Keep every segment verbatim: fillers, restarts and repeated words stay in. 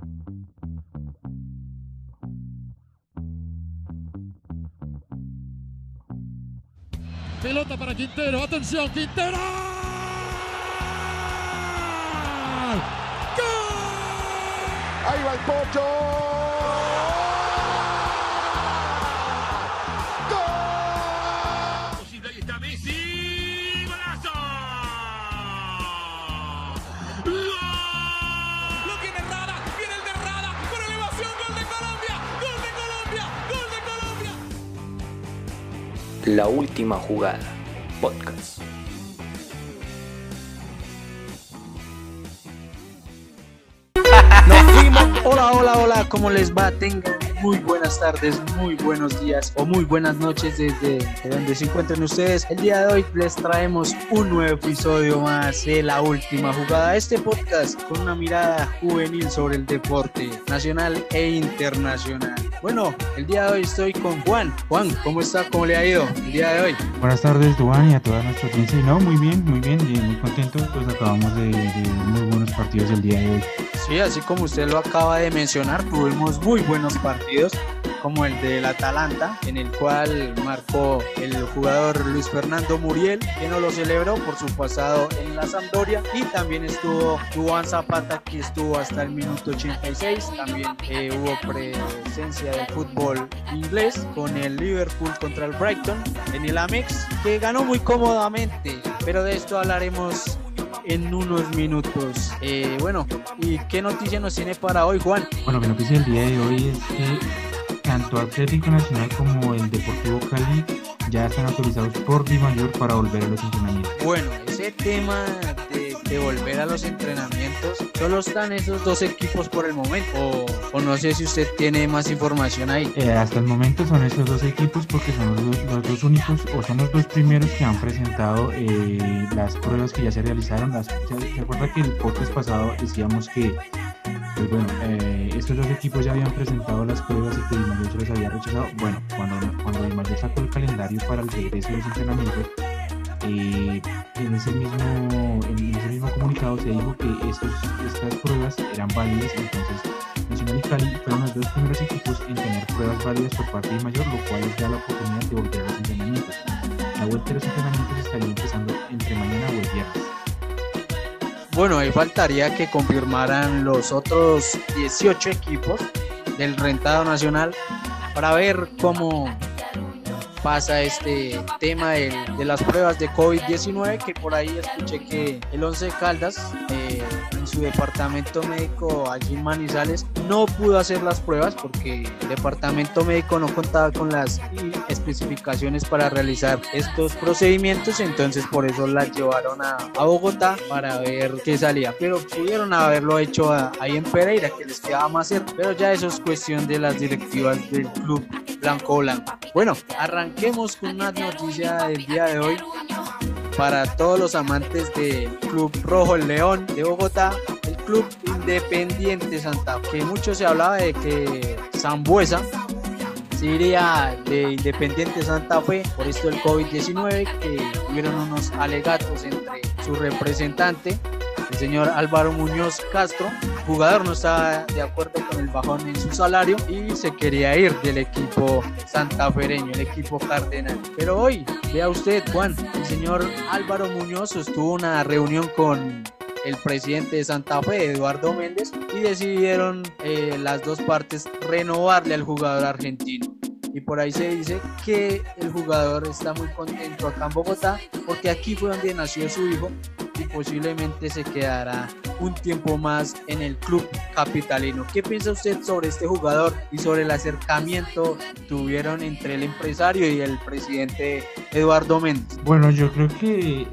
Pelota para Quintero, atención, Quintero. ¡Gol! Ahí va el Pocho. ¡Gol! Posible, ahí está Messi. ¡Golazo! ¡Gol! Lo tiene Rada, viene el de Rada, con elevación, gol de Colombia, gol de Colombia, gol de Colombia. La última jugada, podcast. Hola, hola, hola, ¿cómo les va? Tengan muy buenas tardes, muy buenos días o muy buenas noches desde donde se encuentren ustedes. El día de hoy les traemos un nuevo episodio más de La Última Jugada, este podcast con una mirada juvenil sobre el deporte nacional e internacional. Bueno, el día de hoy estoy con Juan. Juan, ¿cómo está? ¿Cómo le ha ido el día de hoy? Buenas tardes, Duan, y a toda nuestra audiencia. No, muy bien, muy bien, y muy contento, pues acabamos de, de muy buenos partidos el día de hoy. Sí, así como usted lo acaba de mencionar, tuvimos muy buenos partidos, como el del Atalanta, en el cual marcó el jugador Luis Fernando Muriel, que no lo celebró por su pasado en la Sampdoria, y también estuvo Duván Zapata, que estuvo hasta el minuto ochenta y seis. También eh, hubo presencia del fútbol inglés con el Liverpool contra el Brighton en el Amex, que ganó muy cómodamente, pero de esto hablaremos en unos minutos. Eh, bueno, ¿y qué noticia nos tiene para hoy, Juan? Bueno, mi noticia del día de hoy es que tanto Atlético Nacional como el Deportivo Cali ya están autorizados por Dimayor para volver a los entrenamientos. Bueno, ese tema de, de volver a los entrenamientos, solo están esos dos equipos por el momento, o, o no sé si usted tiene más información ahí. Eh, hasta el momento son esos dos equipos porque son los, los dos únicos o son los dos primeros que han presentado eh, las pruebas que ya se realizaron. Las, ¿se, ¿Se acuerda que el podcast pasado decíamos que pues bueno, eh, estos dos equipos ya habían presentado las pruebas y que Dimayor se las había rechazado? Bueno, cuando, cuando Dimayor sacó el calendario para el regreso de los entrenamientos, eh, en, ese mismo, en ese mismo comunicado se dijo que estos, estas pruebas eran válidas. Entonces Nacional y Cali fueron los dos primeros equipos en tener pruebas válidas por parte de Dimayor, lo cual les da la oportunidad de volver a los entrenamientos. La vuelta de los entrenamientos estaría empezando entre mañana o el viernes. Bueno, ahí faltaría que confirmaran los otros dieciocho equipos del rentado nacional para ver cómo pasa este tema de, de las pruebas de covid diecinueve, que por ahí escuché que el Once Caldas eh, en su departamento médico allí en Manizales no pudo hacer las pruebas porque el departamento médico no contaba con las especificaciones para realizar estos procedimientos, entonces por eso las llevaron a, a Bogotá para ver qué salía, pero pudieron haberlo hecho a, ahí en Pereira, que les quedaba más cerca, pero ya eso es cuestión de las directivas del club blanco blanco. Bueno, arranquemos con una noticia del día de hoy para todos los amantes del Club Rojo el León de Bogotá, el Club Independiente Santa Fe, que mucho se hablaba de que Sambuesa se iría de Independiente Santa Fe por esto del covid diecinueve, que hubieron unos alegatos entre su representante, el señor Álvaro Muñoz Castro. El jugador no estaba de acuerdo con el bajón en su salario y se quería ir del equipo santafereño, el equipo cardenal. Pero hoy, vea usted, Juan, el señor Álvaro Muñoz sostuvo una reunión con el presidente de Santa Fe, Eduardo Méndez, y decidieron eh, las dos partes renovarle al jugador argentino. Y por ahí se dice que el jugador está muy contento acá en Bogotá porque aquí fue donde nació su hijo y posiblemente se quedará un tiempo más en el club capitalino. ¿Qué piensa usted sobre este jugador y sobre el acercamiento que tuvieron entre el empresario y el presidente Eduardo Méndez? Bueno, yo creo que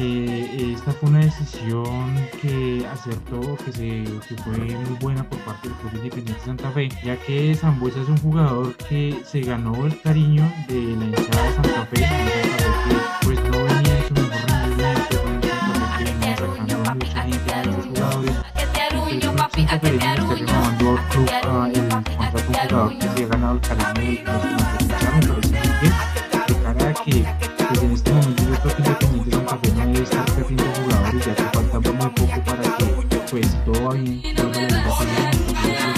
eh, esta fue una decisión que acertó, que, se, que fue muy buena por parte del Club Independiente Santa Fe, ya que Sambuesa es un jugador que se ganó el cariño de la hinchada de Santa Fe, de Santa Fe que pues no venía en su mejor rendimiento, con el Santa Fe que venía sacando a mucha gente, a muchos jugadores, y que el Santa Fe esté renovando al club uh, el contrato de un jugador que se ha ganado el cariño de los hinchas. Me parece muy bien, de cara a que pues en este momento yo creo que Independiente Santa Fe no debe estar perdiendo jugadores, ya que falta muy poco para que pues si todo va bien vuelva a la liga.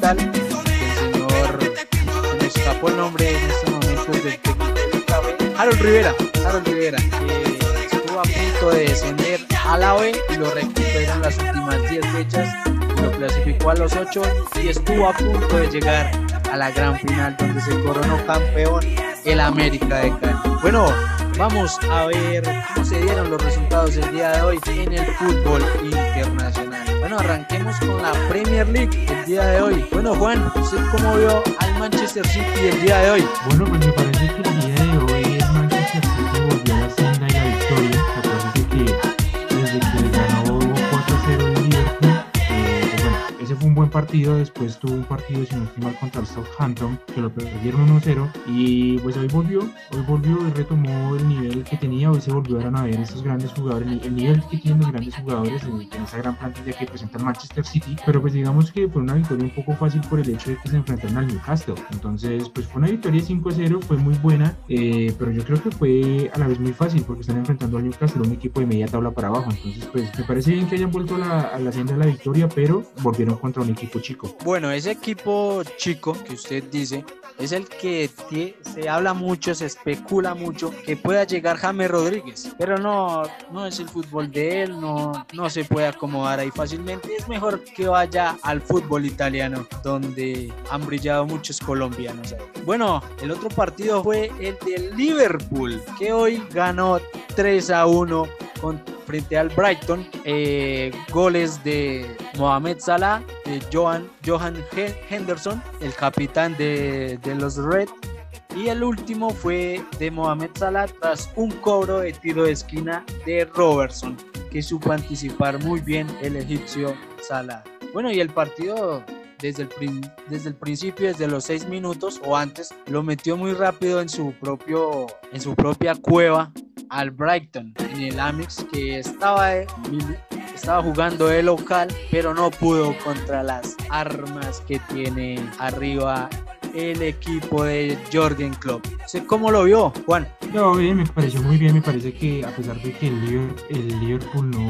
capital, el señor, se me escapó el nombre en este momento del técnico del Café, Harold Rivera, Harold Rivera, que estuvo a punto de descender a la B y lo recuperó en las últimas diez fechas, y lo clasificó a los ocho y estuvo a punto de llegar a la gran final donde se coronó campeón el América de Cali. Bueno, vamos a ver cómo se dieron los resultados el día de hoy en el fútbol internacional. Bueno, arranquemos con la Premier League el día de hoy. Bueno, Juan, ¿usted cómo vio al Manchester City el día de hoy? Bueno, pues me parece que el día de hoy el Manchester City volvió a la senda y la victoria. Me parece que desde que le ganó cuatro a cero el Liverpool, eh, pues bueno, ese fue un buen partido. Después tuvo un partido, si no estoy mal, contra el Southampton, que lo perdieron uno a cero. Y pues hoy volvió, hoy volvió y retomó el nivel que tenía. Hoy se volvieron a ver esos grandes jugadores, el nivel que tienen los grandes jugadores en, en esa gran plantilla que presenta el Manchester City. Pero pues digamos que fue una victoria un poco fácil por el hecho de que se enfrentaron al Newcastle. Entonces pues fue una victoria cinco a cero, fue muy buena, eh, pero yo creo que fue a la vez muy fácil porque están enfrentando al Newcastle, un equipo de media tabla para abajo. Entonces pues me parece bien que hayan vuelto a la, a la senda de la victoria, pero volvieron contra un equipo chico. Bueno, ese equipo chico que usted dice es el que t- se habla mucho, se especula mucho que pueda llegar James Rodríguez, pero no, no es el fútbol de él, no, no se puede acomodar ahí fácilmente. Es mejor que vaya al fútbol italiano, donde han brillado muchos colombianos ahí. Bueno, el otro partido fue el de Liverpool, que hoy ganó tres a uno con, frente al Brighton. Eh, goles de Mohamed Salah, de Johan, Johan Henderson, el capitán de, de los Red, y el último fue de Mohamed Salah tras un cobro de tiro de esquina de Robertson, que supo anticipar muy bien el egipcio Salah. Bueno, y el partido desde el, prin- desde el principio, desde los seis minutos o antes, lo metió muy rápido en su, propio, en su propia cueva al Brighton, en el Amex, que estaba, de, estaba jugando de local, pero no pudo contra las armas que tiene arriba el equipo de Jürgen Klopp. ¿Cómo lo vio, Juan? No, bien, me pareció muy bien. Me parece que a pesar de que el Liverpool, el Liverpool no...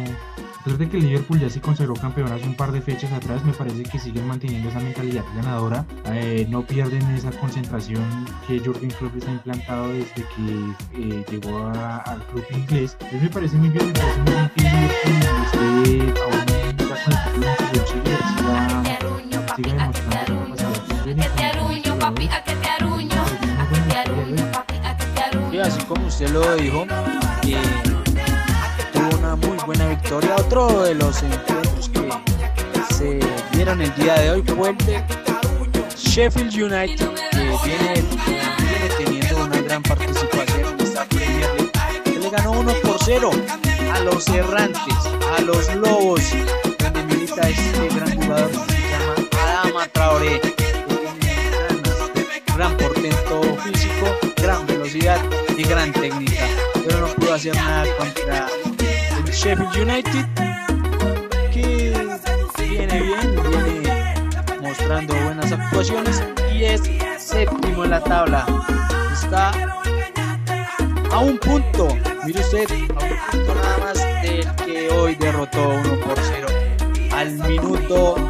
A pesar de que el Liverpool ya se consagró campeón hace un par de fechas atrás, me parece que siguen manteniendo esa mentalidad ganadora, eh, no pierden esa concentración que Jürgen Klopp está implantado desde que eh, llegó a, al club inglés. Entonces me parece muy bien, me parece muy bien que el Liverpool esté aún ya con el título de Chile, siga, siga demostrando la capacidad que tiene. Sí, así como usted lo dijo, que tuvo una muy buena victoria. Otro de los encuentros que se dieron el día de hoy fue el de Sheffield United, que viene, viene teniendo una gran participación en esta Premier League, que le ganó uno por cero a los errantes, a los Lobos, donde milita este gran jugador que se llama Adama Traoré, que tiene gran, gran portento físico, gran velocidad y gran técnica, pero no pudo hacer nada contra el Sheffield United, que viene bien, viene mostrando buenas actuaciones y es séptimo en la tabla. Está a un punto, mire usted, a un punto nada más del que hoy derrotó uno por cero al minuto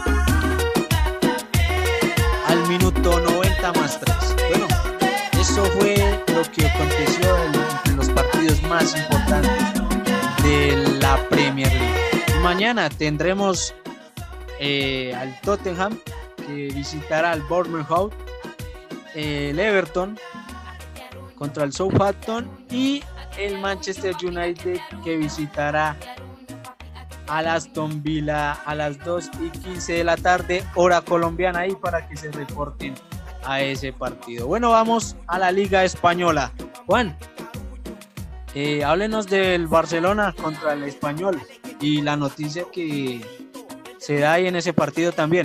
al minuto noventa más tres. Bueno, eso fue lo que aconteció en, en los partidos más importantes de la Premier League. Mañana tendremos eh, al Tottenham, que visitará al Bournemouth, eh, el Everton contra el Southampton y el Manchester United, que visitará al Aston Villa a las dos y quince de la tarde, hora colombiana, ahí para que se reporten a ese partido. Bueno, vamos a la Liga Española. Juan, eh, háblenos del Barcelona contra el Español y la noticia que se da ahí en ese partido también.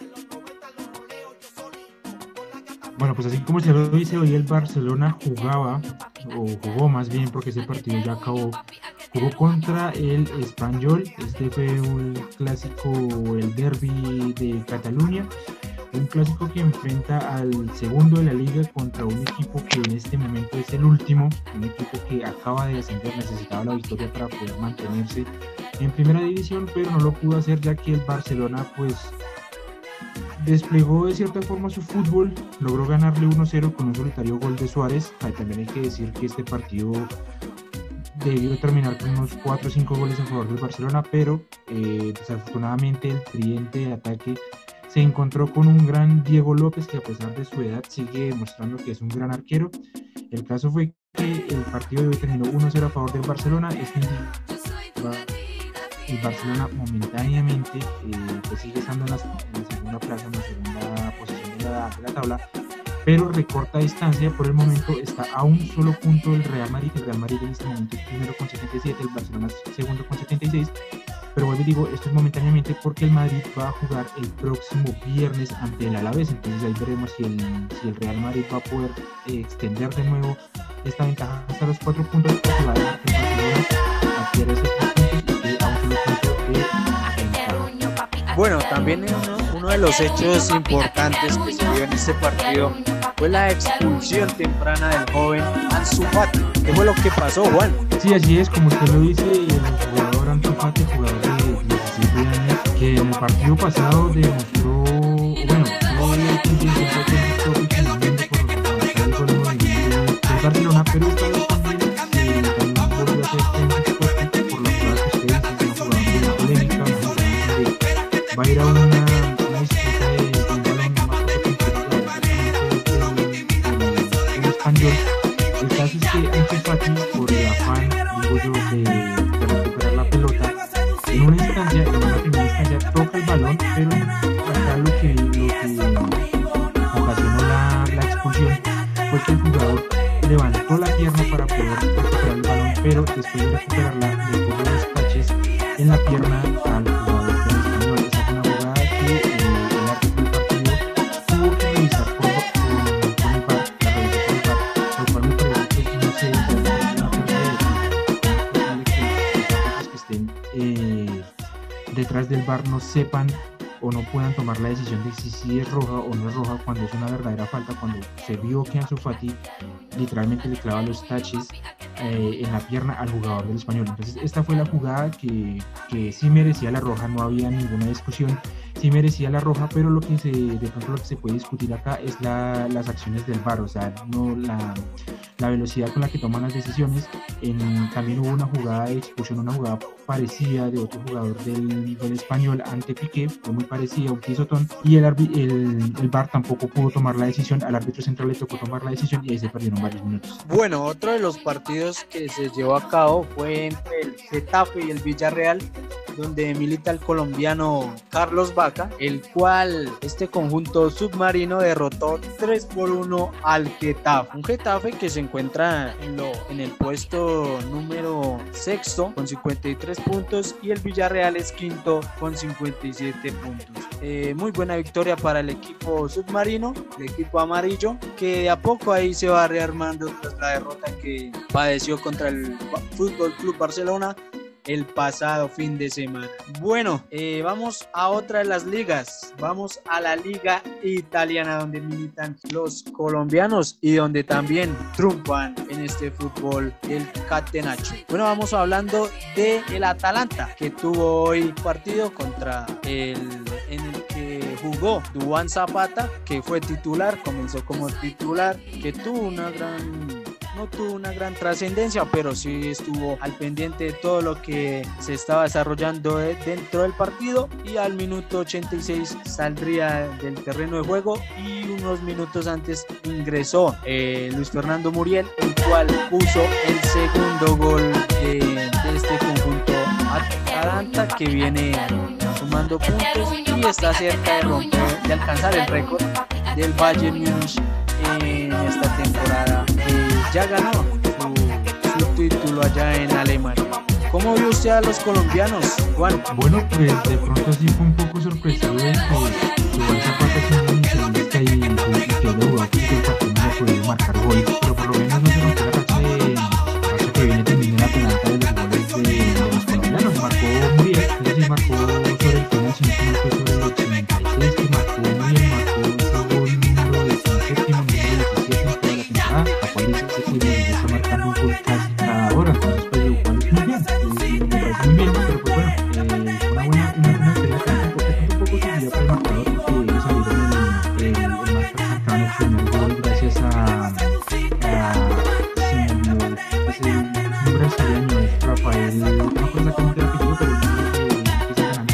Bueno, pues así como se lo dice, hoy el Barcelona jugaba, o jugó más bien porque ese partido ya acabó, jugó contra el Espanyol. Este fue un clásico, el derbi de Cataluña, un clásico que enfrenta al segundo de la liga contra un equipo que en este momento es el último, un equipo que acaba de ascender, necesitaba la victoria para poder mantenerse en primera división, pero no lo pudo hacer ya que el Barcelona pues desplegó de cierta forma su fútbol, logró ganarle uno cero con un solitario gol de Suárez. Ay, también hay que decir que este partido debió terminar con unos cuatro o cinco goles en favor del Barcelona, pero eh, desafortunadamente el tridente de ataque se encontró con un gran Diego López, que a pesar de su edad sigue demostrando que es un gran arquero. El caso fue que el partido de hoy terminó uno cero a favor del Barcelona. Esto indica el Barcelona momentáneamente eh, pues sigue estando en la, en la segunda plaza, en la segunda posición de la, de la tabla, pero recorta distancia. Por el momento está a un solo punto del Real Madrid. El Real Madrid en este momento es primero con setenta y siete, el Barcelona es segundo con setenta y seis, pero vuelvo y digo, esto es momentáneamente porque el Madrid va a jugar el próximo viernes ante el Alavés. Entonces ahí veremos si el, si el Real Madrid va a poder eh, extender de nuevo esta ventaja hasta los cuatro puntos, porque va a dejar que el Barcelona adquiera esos tres puntos y que a un solo punto de ventaja. Bueno, también uno, uno de los hechos importantes que se dio en este partido fue la expulsión temprana del joven Ansu Fati. ¿Qué fue lo que pasó, Juan? Sí, así es, como usted lo dice, el jugador Ansu Fati, jugador de diecisiete años, que en el partido pasado demostró, bueno, no había tenido el Barcelona, pero esta vez también también volvió a ser expuesto por las cosas que ustedes dicen, una jugada muy polémica, una jugada donde va a ir a una, una disputa de, de un balón más que el español. El caso es que Ansu Fati, por el afán, digo yo, de, de recuperar la pelota, en una instancia, en una primera instancia, toca el balón, pero acá lo que, lo que ocasionó la, la expulsión fue que el jugador levantó la pierna para poder recuperar el balón, pero después de recuperarla le puso los taches en la pierna al jugador del español. Esa fue una jugada que eh, el árbitro del partido tuvo que revisar por, por, por el V A R, la revisó por el V A R, lo cual me parece que no sé, es una pérdida de tiempo. Es posible que los árbitros que estén eh, detrás del V A R no sepan o no puedan tomar la decisión de si sí es roja o no es roja cuando es una verdadera falta, cuando se vio que Ansu Fati literalmente le clava los taches eh, en la pierna al jugador del español. Entonces esta fue la jugada que, que sí merecía la roja, no había ninguna discusión, sí merecía la roja, pero lo que se, de pronto lo que se puede discutir acá es la, las acciones del V A R, o sea, no la, la velocidad con la que toman las decisiones. En, también hubo una jugada de expulsión, una jugada parecida de otro jugador del, del español ante Piqué, fue muy parecida, un pisotón, y el, el, el V A R tampoco pudo tomar la decisión, al árbitro central le tocó tomar la decisión y ahí se perdieron varios minutos. Bueno, otro de los partidos que se llevó a cabo fue entre el Getafe y el Villarreal, donde milita el colombiano Carlos Vaca, el cual este conjunto submarino derrotó tres por uno al Getafe. Un Getafe que se encuentra en, lo, en el puesto número sexto con cincuenta y tres puntos y el Villarreal es quinto con cincuenta y siete puntos. Eh, muy buena victoria para el equipo submarino, el equipo amarillo, que de a poco ahí se va rearmando tras la derrota que padeció contra el Fútbol Club Barcelona el pasado fin de semana. Bueno, eh, vamos a otra de las ligas, vamos a la liga italiana, donde militan los colombianos y donde también triunfan en este fútbol el catenaccio. Bueno, vamos hablando de el Atalanta, que tuvo hoy partido contra el en el que jugó Duván Zapata, que fue titular, comenzó como titular, que tuvo una gran no tuvo una gran trascendencia, pero sí estuvo al pendiente de todo lo que se estaba desarrollando dentro del partido, y al minuto ochenta y seis saldría del terreno de juego y unos minutos antes ingresó eh, Luis Fernando Muriel, el cual puso el segundo gol de, de este conjunto Atalanta, que viene sumando puntos y está cerca de romper, de alcanzar el récord del Bayern Múnich en esta temporada. Eh, ya ganó su, su título allá en Alemania. ¿Cómo vio usted a los colombianos, Juan? Bueno, pues de pronto sí fue un poco sorpresivo de que Duván Zapata es un inicialista y, y que luego aquí el partido no puede marcar goles, pero por lo menos no se rompió la racha de racha que viene también en la Atalanta de los goles de, de los colombianos. Marcó Muriel, es decir, marcó sobre el final, si no fue sobre el ochenta y seis, que marcó Muriel, marcó ese gol número diecisiete, número diecisiete en toda la temporada, la cual es ese que está marcando un gol casi cada hora. Entonces, pues lo cual es muy bien, y me parece muy bien, pero pues bueno, eh, una buena, una buena historia que un poco, un poco subida para el marcador, porque ellos salieron Rafael, no me acuerdo exactamente el apellido, pero es que empieza ganando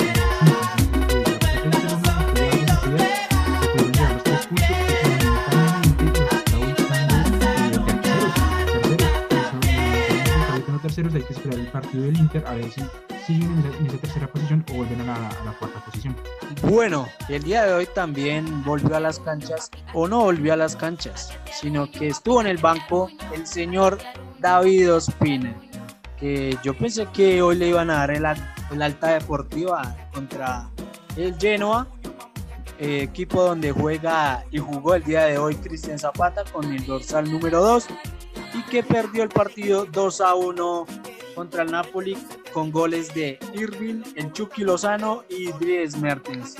terceros, hay que esperar el partido del Inter a ver si siguen en esa, en esa tercera posición o vuelven a la, a la cuarta posición. Bueno, el día de hoy también volvió a las canchas, o no volvió a las canchas, sino que estuvo en el banco el señor David Ospina, que yo pensé que hoy le iban a dar el, el alta deportiva contra el Genoa, eh, equipo donde juega y jugó el día de hoy Cristian Zapata con el dorsal número dos, y que perdió el partido dos a uno contra el Napoli con goles de Irving, el Chucky Lozano y Dries Mertens.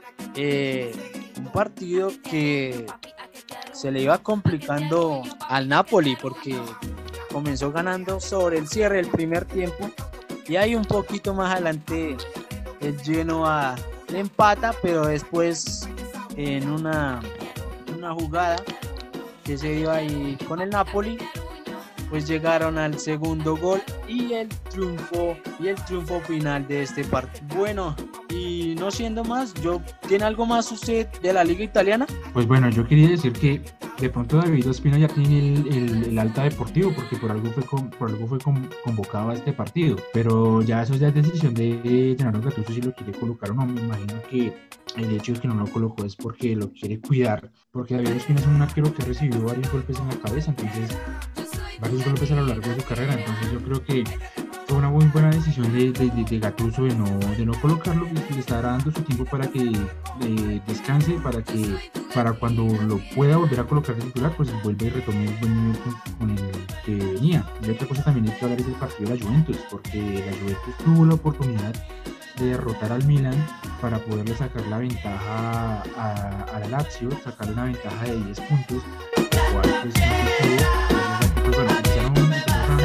Eh, un partido que se le iba complicando al Napoli porque comenzó ganando sobre el cierre del primer tiempo y ahí un poquito más adelante el Genoa le empata, pero después en una, una jugada que se dio ahí con el Napoli, pues llegaron al segundo gol y el triunfo y el triunfo final de este partido. Bueno, y no siendo más, yo ¿tiene algo más usted de la liga italiana? Pues bueno, yo quería decir que de pronto David Ospina ya tiene el, el, el alta deportivo porque por algo fue con, por algo fue con, convocado a este partido, pero ya eso ya es decisión de Gennaro Gattuso si lo quiere colocar o no. Me imagino que el hecho de que no lo colocó es porque lo quiere cuidar, porque David Ospina es un arquero que ha recibido varios golpes en la cabeza, entonces varios golpes a lo largo de su carrera, entonces yo creo que fue una muy buena decisión de, de, de, de Gattuso de no, de no colocarlo, que le estará dando su tiempo para que eh, descanse, para que para cuando lo pueda volver a colocar de titular, pues vuelva y retome el buen nivel con, con el que venía. Y otra cosa también hay que hablar es del partido de la Juventus, porque la Juventus tuvo la oportunidad de derrotar al Milan para poderle sacar la ventaja a, a la Lazio, sacarle una ventaja de diez puntos, lo cual pues no se pudo. Pues bueno, hicieron un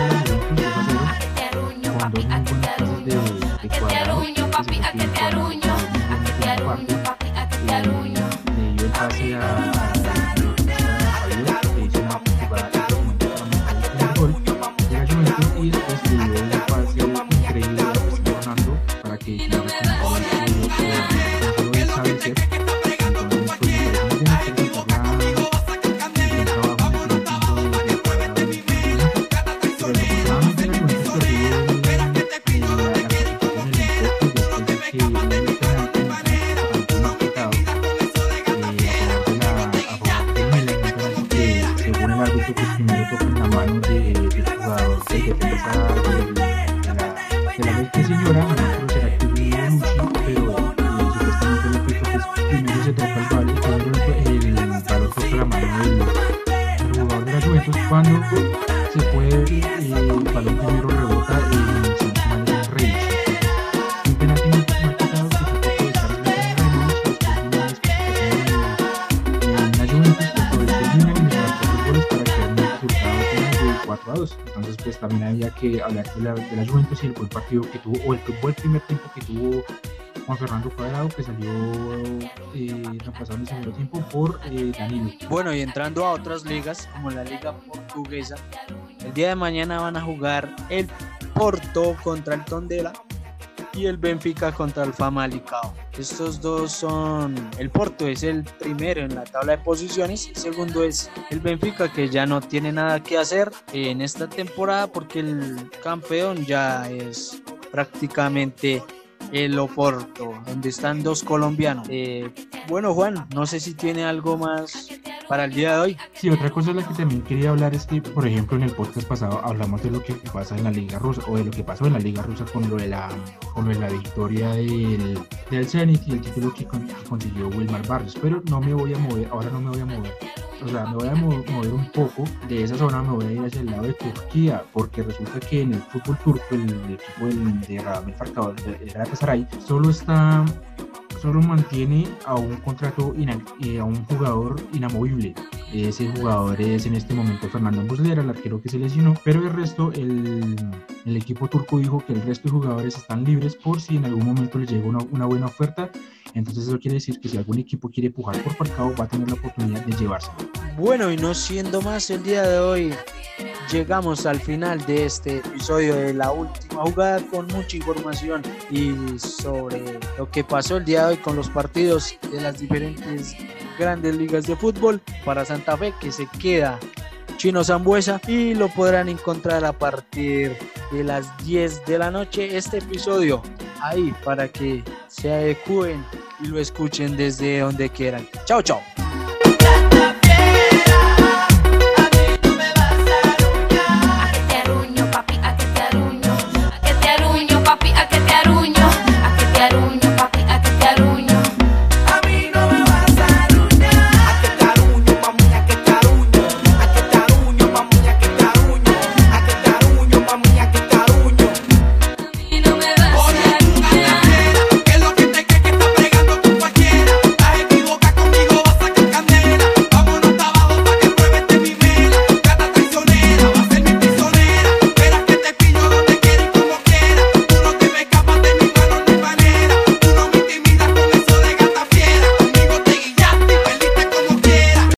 con dos muy buenos pases de, de Cuadrado, que se fue Cuadrado muy buena segunda parte, eh, le dio el pase a, a, a Javier, que hizo una jugada de el gol de la Juventus, y después le dio el pase increíble a Cristiano Ronaldo para que finalizara con el gol de Sánchez. Entonces pues me parece muy bien que se la el trabajo en el equipo de Cuadrado, pero desafortunadamente la Juventus perdió que pues primero tocan la mano de, del jugador del defensa de, de la de la vez que señora, no creo será que es Luchi, pero eh, supuestamente el equipo pues primero se toca el balón y cuando el balón toca la mano del, del jugador de la Juventus, cuando se puede eh, el balón primero rebota en el Rey. Un penalti muy marcado que se puede estar en el Reynolds, después de una desconfianza en la Juventus, después de Milan y de los goles para que el resultado final de cuatro a dos. Entonces pues también había que hablar de la, de la Juventus y el buen partido que tuvo, o el buen primer tiempo que tuvo Juan Fernando Cuadrado, que salió eh, reemplazado en el segundo tiempo por eh, Danilo. Bueno, y entrando a otras ligas como la liga portuguesa, el día de mañana van a jugar el Porto contra el Tondela y el Benfica contra el Famalicão. Estos dos son, el Porto es el primero en la tabla de posiciones y el segundo es el Benfica, que ya no tiene nada que hacer en esta temporada porque el campeón ya es prácticamente el Oporto, donde están dos colombianos. Eh, bueno, Juan, no sé si tiene algo más para el día de hoy. Sí, otra cosa de la que también quería hablar es que, por ejemplo, en el podcast pasado hablamos de lo que pasa en la Liga Rusa, o de lo que pasó en la Liga Rusa con lo de la, con lo de la victoria del, del Zenit y el título que, con, que consiguió Wilmar Barrios, pero no me voy a mover, ahora no me voy a mover. O sea, me voy a mover un poco de esa zona, me voy a ir hacia el lado de Turquía, porque resulta que en el fútbol turco, el, el equipo del, de Radamel Falcao, el Galatasaray, solo está, solo mantiene a un contrato, ina, eh, a un jugador inamovible. Ese jugador es en este momento Fernando Muslera, el arquero que se lesionó, pero el resto, el, el equipo turco dijo que el resto de jugadores están libres por si en algún momento les llega una, una buena oferta. Entonces eso quiere decir que si algún equipo quiere pujar por Falcao va a tener la oportunidad de llevárselo. Bueno, y no siendo más el día de hoy, llegamos al final de este episodio de La Última Jugada con mucha información y sobre lo que pasó el día de hoy con los partidos de las diferentes grandes ligas de fútbol. Para Santa Fe, que se queda Chino Sambuesa, y lo podrán encontrar a partir de las diez de la noche este episodio ahí para que se adecúen y lo escuchen desde donde quieran. Chao, chao.